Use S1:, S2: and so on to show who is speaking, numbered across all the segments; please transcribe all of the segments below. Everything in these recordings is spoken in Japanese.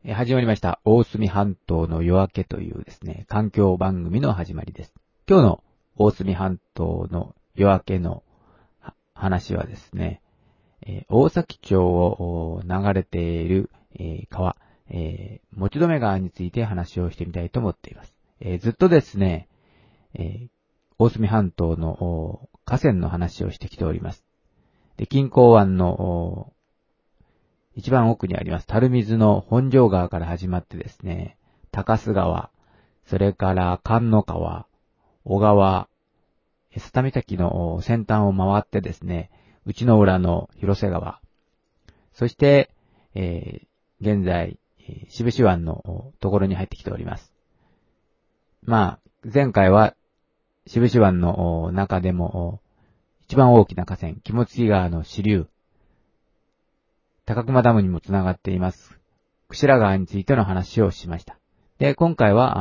S1: 始まりました。大隅半島の夜明けというですね、環境番組の始まりです。今日の大隅半島の夜明けの話はですね、大崎町を流れている、川、持留川について話をしてみたいと思っています。ずっとですね、大隅半島の河川の話をしてきております。で、錦江湾の一番奥にあります、垂水の本庄川から始まってですね、高須川、それから神野川、小川、須田岬の先端を回ってですね、内之浦の広瀬川、そして、現在、志布志湾のところに入ってきております。前回は志布志湾の中でも一番大きな河川、肝付川の支流、高熊ダムにもつながっています。櫛良川についての話をしました。で、今回は、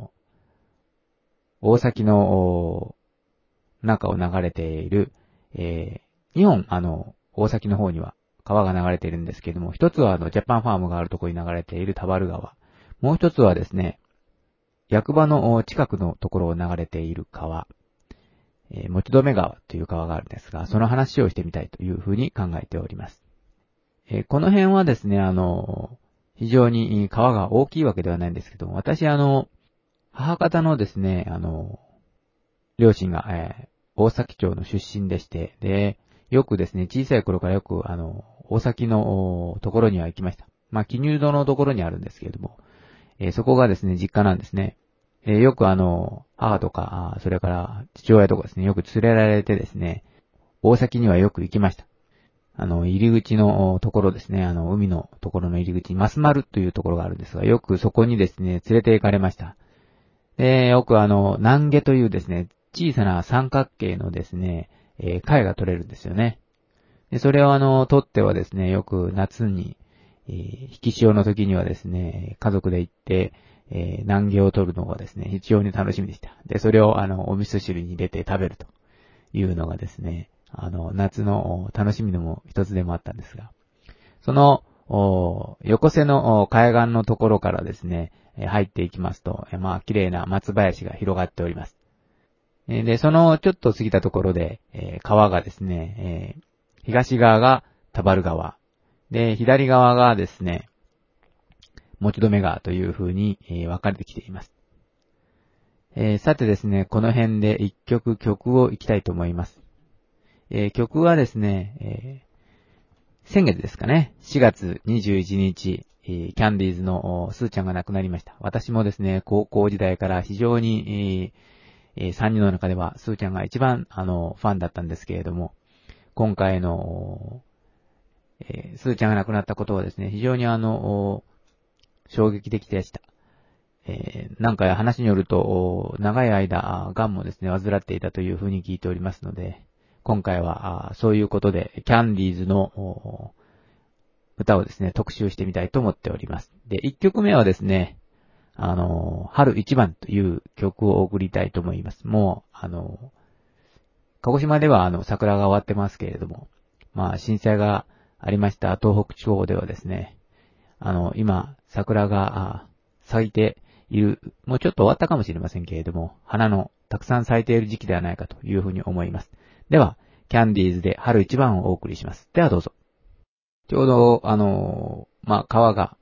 S1: 大崎の中を流れている、2本、大崎の方には川が流れているんですけれども、一つはジャパンファームがあるところに流れている田原川。もう一つはですね、役場の近くのところを流れている川、持留川という川があるんですが、その話をしてみたいというふうに考えております。この辺はですね、非常に川が大きいわけではないんですけども、私母方のですね、両親が、大崎町の出身でして、で、よくですね、小さい頃からよく大崎のところには行きました。記入堂のところにあるんですけれども、そこがですね、実家なんですね。よく母とか、それから父親とかですね、よく連れられてですね、大崎にはよく行きました。入り口のところですね、海のところの入り口に、マスマルというところがあるんですが、よくそこにですね、連れて行かれました。で、よく南下というですね、小さな三角形のですね、貝が取れるんですよね。で、それを取ってはですね、よく夏に、引き潮の時にはですね、家族で行って、南下を取るのがですね、非常に楽しみでした。で、それをお味噌汁に入れて食べるというのがですね、夏の楽しみのも一つでもあったんですが、その、横瀬の海岸のところからですね、入っていきますと、綺麗な松林が広がっております。で、そのちょっと過ぎたところで、川がですね、東側が田原川、で、左側がですね、持留川という風に、分かれてきています。さてですね、この辺で一曲を行きたいと思います。曲はですね、先月ですかね、4月21日、キャンディーズのスーちゃんが亡くなりました。私もですね、高校時代から非常に、3人の中ではスーちゃんが一番ファンだったんですけれども、今回の、スーちゃんが亡くなったことはですね、非常に衝撃的でした。なんか話によると、長い間、癌もですね、患っていたというふうに聞いておりますので、今回は、そういうことで、キャンディーズの歌をですね、特集してみたいと思っております。で、1曲目はですね、春一番という曲を送りたいと思います。もう、鹿児島では桜が終わってますけれども、震災がありました東北地方ではですね、今、桜が咲いている、もうちょっと終わったかもしれませんけれども、花のたくさん咲いている時期ではないかというふうに思います。では、キャンディーズで春一番をお送りします。ではどうぞ。ちょうど、川が、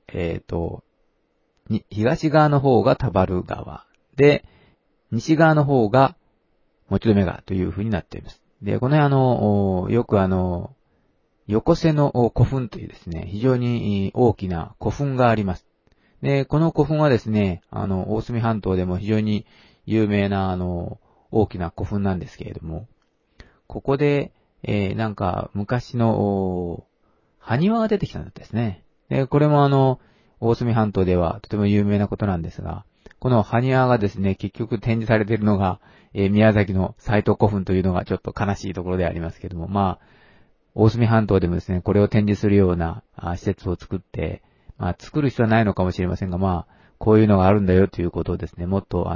S1: 東側の方が田原川で、西側の方が持留川という風になっています。で、この辺よく横瀬の古墳というですね、非常に大きな古墳があります。で、この古墳はですね、大隅半島でも非常に有名な大きな古墳なんですけれども、ここで、なんか昔の埴輪が出てきたんですね。で、これも大隅半島ではとても有名なことなんですが、この埴輪がですね、結局展示されているのが、宮崎の斎藤古墳というのがちょっと悲しいところでありますけども、大隅半島でもですね、これを展示するような施設を作って、作る必要はないのかもしれませんが、こういうのがあるんだよということをですね、もっと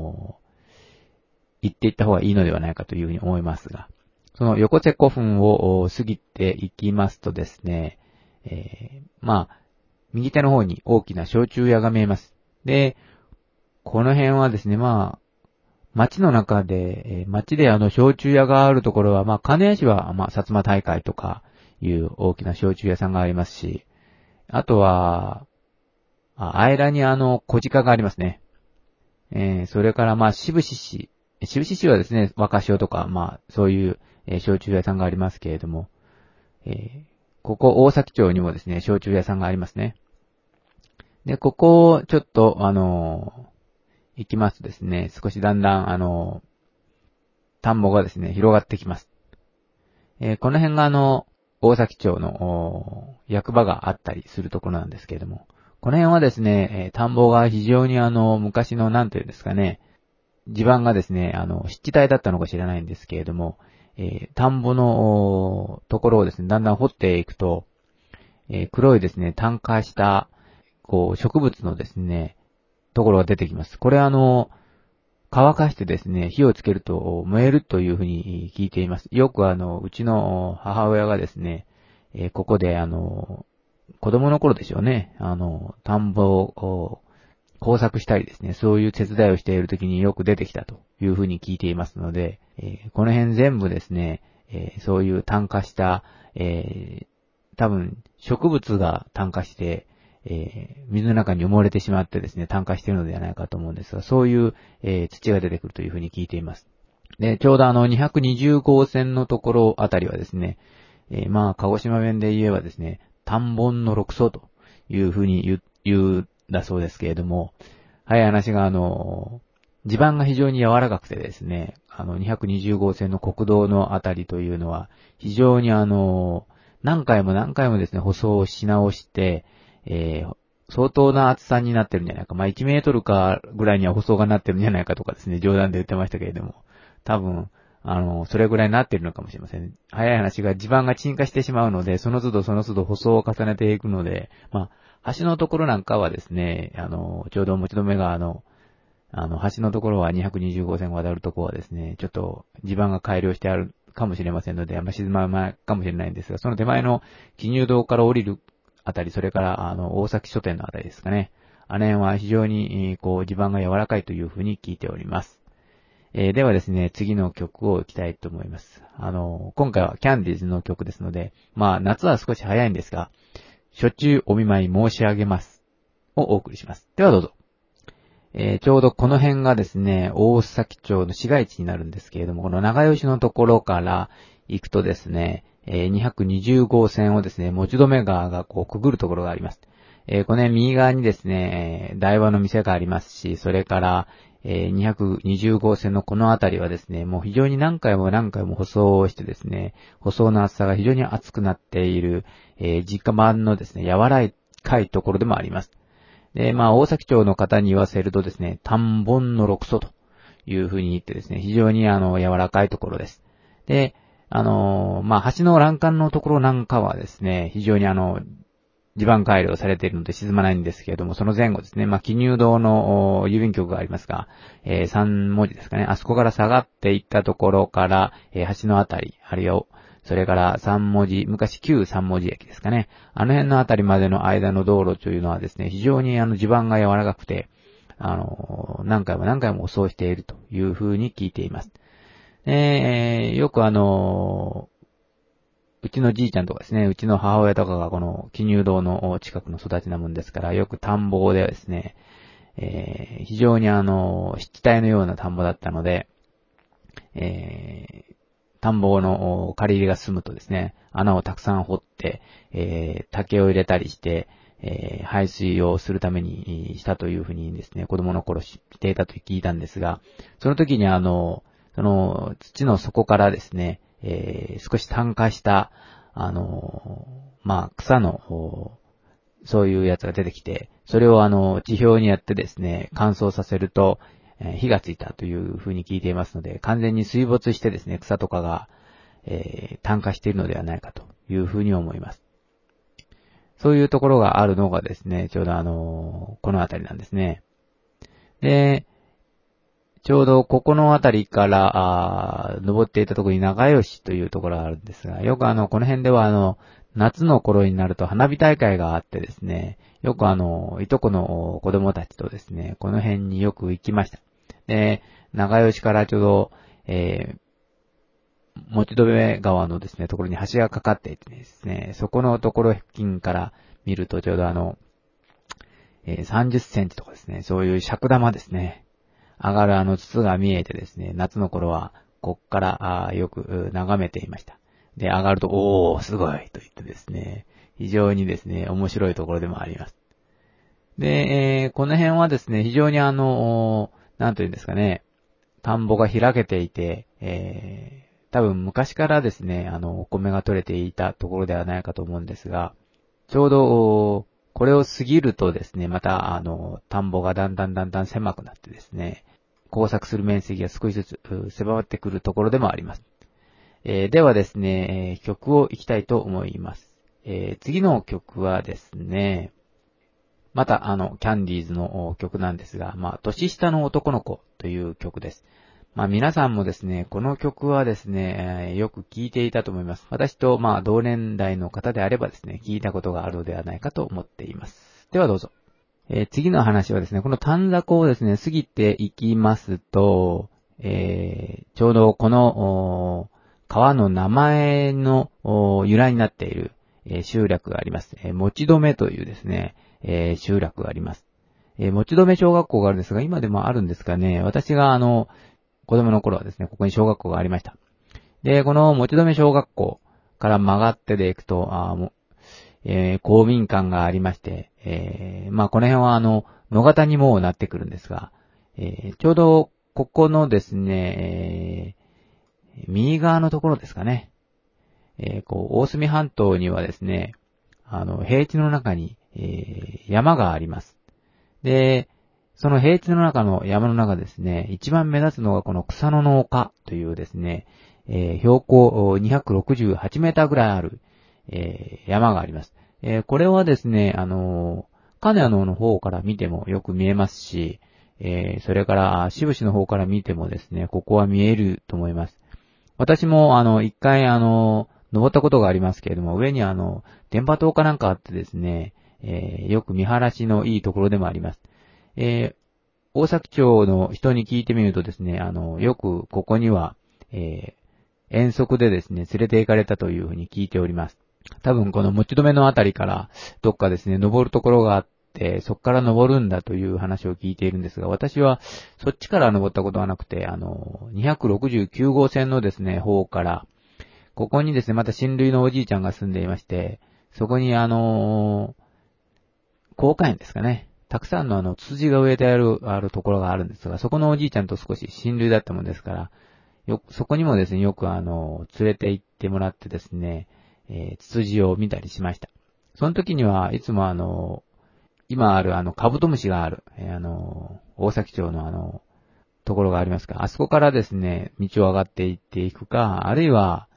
S1: 言っていった方がいいのではないかというふうに思いますが、その横瀬古墳を過ぎていきますとですね、 右手の方に大きな焼酎屋が見えます。で、この辺はですね、町の中で、町で焼酎屋があるところは、金谷市は、薩摩大会とかいう大きな焼酎屋さんがありますし、あとは、あいらに小鹿がありますね。それから、志布市はですね、若潮とか、そういう、焼酎屋さんがありますけれども、ここ大崎町にもですね、焼酎屋さんがありますね。で、ここをちょっと、行きますとですね、少しだんだん、田んぼがですね、広がってきます。この辺が大崎町の役場があったりするところなんですけれども、この辺はですね、田んぼが非常に昔のなんていうんですかね、地盤がですね、湿地帯だったのか知らないんですけれども、田んぼのところをですね、だんだん掘っていくと、黒いですね、炭化した、植物のですね、ところが出てきます。これ乾かしてですね、火をつけると燃えるというふうに聞いています。よくうちの母親がですね、ここで子供の頃でしょうね、田んぼを工作したりですね、そういう手伝いをしている時によく出てきたというふうに聞いていますので、この辺全部ですね、そういう炭化した、多分植物が炭化して、水の中に埋もれてしまってですね、炭化しているのではないかと思うんですが、そういう、土が出てくるというふうに聞いています。で、ちょうど220号線のところあたりはですね、鹿児島弁で言えばですね、田んぼの六層というふうに言うんだそうですけれども、早い話が地盤が非常に柔らかくてですね、220号線の国道のあたりというのは、非常に何回もですね、舗装をし直して、相当な厚さになってるんじゃないか。1メートルかぐらいには舗装がなってるんじゃないかとかですね、冗談で言ってましたけれども、多分、それぐらいになっているのかもしれません。早い話が地盤が沈下してしまうので、その都度舗装を重ねていくので、橋のところなんかはですね、ちょうど持ち止めが橋のところは220号線を渡るところはですね、ちょっと地盤が改良してあるかもしれませんので、沈まないかもしれないんですが、その手前の記入道から降りるあたり、それから大崎書店のあたりですかね。あの辺は非常に、地盤が柔らかいというふうに聞いております。ではですね、次の曲を行きたいと思います。今回はキャンディーズの曲ですので、夏は少し早いんですが、初中お見舞い申し上げます。をお送りします。ではどうぞ。ちょうどこの辺がですね、大崎町の市街地になるんですけれども、この長吉のところから行くとですね、220号線をですね、持ち止め川がくぐるところがあります。この辺右側にですね、台湾の店がありますし、それから、220号線のこの辺りはですね、もう非常に何回も舗装をしてですね、舗装の厚さが非常に厚くなっている、実家版のですね、柔らかいところでもあります。で、大崎町の方に言わせるとですね、田んぼの六層という風に言ってですね、非常に柔らかいところです。で、橋の欄干のところなんかはですね、非常に地盤改良されているので沈まないんですけれども、その前後ですね、記入堂の郵便局がありますが、3文字ですかね、あそこから下がっていったところから、橋のあたり、あるいは、それから昔旧3文字駅ですかね、あの辺のあたりまでの間の道路というのはですね、非常に地盤が柔らかくて、何回も舗装しているというふうに聞いています。よくうちのじいちゃんとかですね、うちの母親とかがこの記入堂の近くの育ちなもんですから、よく田んぼではですね、非常に湿地帯のような田んぼだったので、田んぼの借り入れが済むとですね、穴をたくさん掘って、竹を入れたりして、排水をするためにしたというふうにですね、子供の頃知っていたと聞いたんですが、その時にその土の底からですね、少し炭化した、草の、そういうやつが出てきて、それを地表にやってですね、乾燥させると、火がついたというふうに聞いていますので、完全に水没してですね、草とかが、炭化しているのではないかというふうに思います。そういうところがあるのがですね、ちょうどこの辺りなんですね。で、ちょうどここの辺りから登っていたところに長吉というところがあるんですが、よくこの辺では夏の頃になると花火大会があってですね、よくいとこの子供たちとですね、この辺によく行きました。で、長吉からちょうど、持留川のですね、ところに橋がかかっていてですね、そこのところ付近から見るとちょうど30センチとかですね、そういう尺玉ですね、上がる筒が見えてですね、夏の頃はこっからよく眺めていました。で、上がると、おー、すごいと言ってですね、非常にですね、面白いところでもあります。で、この辺はですね、非常になんというんですかね、田んぼが開けていて、多分昔からですね、お米が取れていたところではないかと思うんですが、ちょうど、これを過ぎるとですね、また、田んぼがだんだん狭くなってですね、耕作する面積が少しずつ狭まってくるところでもあります。ではですね、曲をいきたいと思います。次の曲はですね、またキャンディーズの曲なんですが、年下の男の子という曲です。皆さんもですね、この曲はですね、よく聴いていたと思います。私と同年代の方であればですね、聞いたことがあるのではないかと思っています。ではどうぞ。次の話はですね、この短冊をですね、過ぎていきますと、ちょうどこの川の名前の由来になっている集落があります。持ち留というですね、集落があります。持ち留小学校があるんですが、今でもあるんですかね。私が子供の頃はですね、ここに小学校がありました。で、この持ち留小学校から曲がってで行くと、公民館がありまして、この辺は野方にもなってくるんですが、ちょうどここのですね、右側のところですかね。大隅半島にはですね、平地の中に、山があります。で、その平地の中の山の中ですね、一番目立つのがこの草野の丘というですね、標高268メーターぐらいある、山があります。これはですね、金谷の方から見てもよく見えますし、それから志布志の方から見てもですね、ここは見えると思います。私も一回登ったことがありますけれども、上に電波塔かなんかあってですね、よく見晴らしのいいところでもあります。大崎町の人に聞いてみるとですね、よくここには、遠足でですね、連れて行かれたというふうに聞いております。多分この持ち留のあたりからどっかですね、登るところがあって、そこから登るんだという話を聞いているんですが、私はそっちから登ったことはなくて、269号線のですね、方から、ここにですね、また親類のおじいちゃんが住んでいまして、そこに公花園ですかね。たくさんのツツジが植えてあるところがあるんですが、そこのおじいちゃんと少し親類だったもんですから、そこにもですね、よく連れて行ってもらってですね、ツツジを見たりしました。その時にはいつも今あるカブトムシがある、大崎町のところがありますが、あそこからですね、道を上がっていっていくか、あるいは、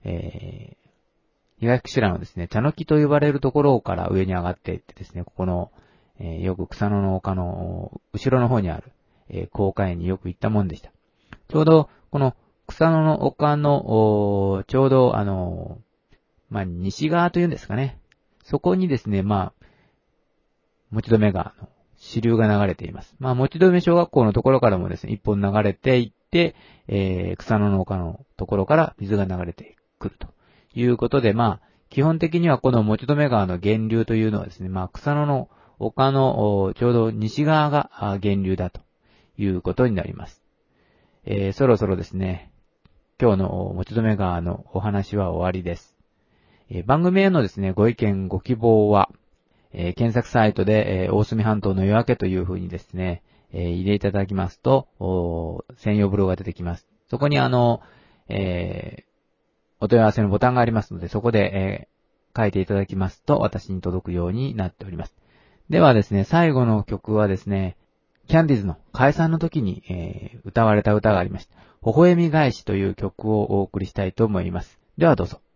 S1: 東串良のですね、茶の木と呼ばれるところから上に上がっていってですね、ここの、よく草野の丘の後ろの方にある、公花園によく行ったもんでした。ちょうど、この草野の丘の、ちょうど西側というんですかね。そこにですね、持ち留川の支流が流れています。持ち留小学校のところからもですね、一本流れていって、草野の丘のところから水が流れてくるということで、基本的にはこの持ち留川の源流というのはですね、草野の丘のちょうど西側が源流だということになります。そろそろですね、今日の持ち留川のお話は終わりです。番組へのですね、ご意見ご希望は、検索サイトで、大隅半島の夜明けという風にですね、入れいただきますと、専用ブログが出てきます。そこにお問い合わせのボタンがありますので、そこで、書いていただきますと、私に届くようになっております。ではですね、最後の曲はですね、キャンディーズの解散の時に、歌われた歌がありました。微笑み返しという曲をお送りしたいと思います。ではどうぞ。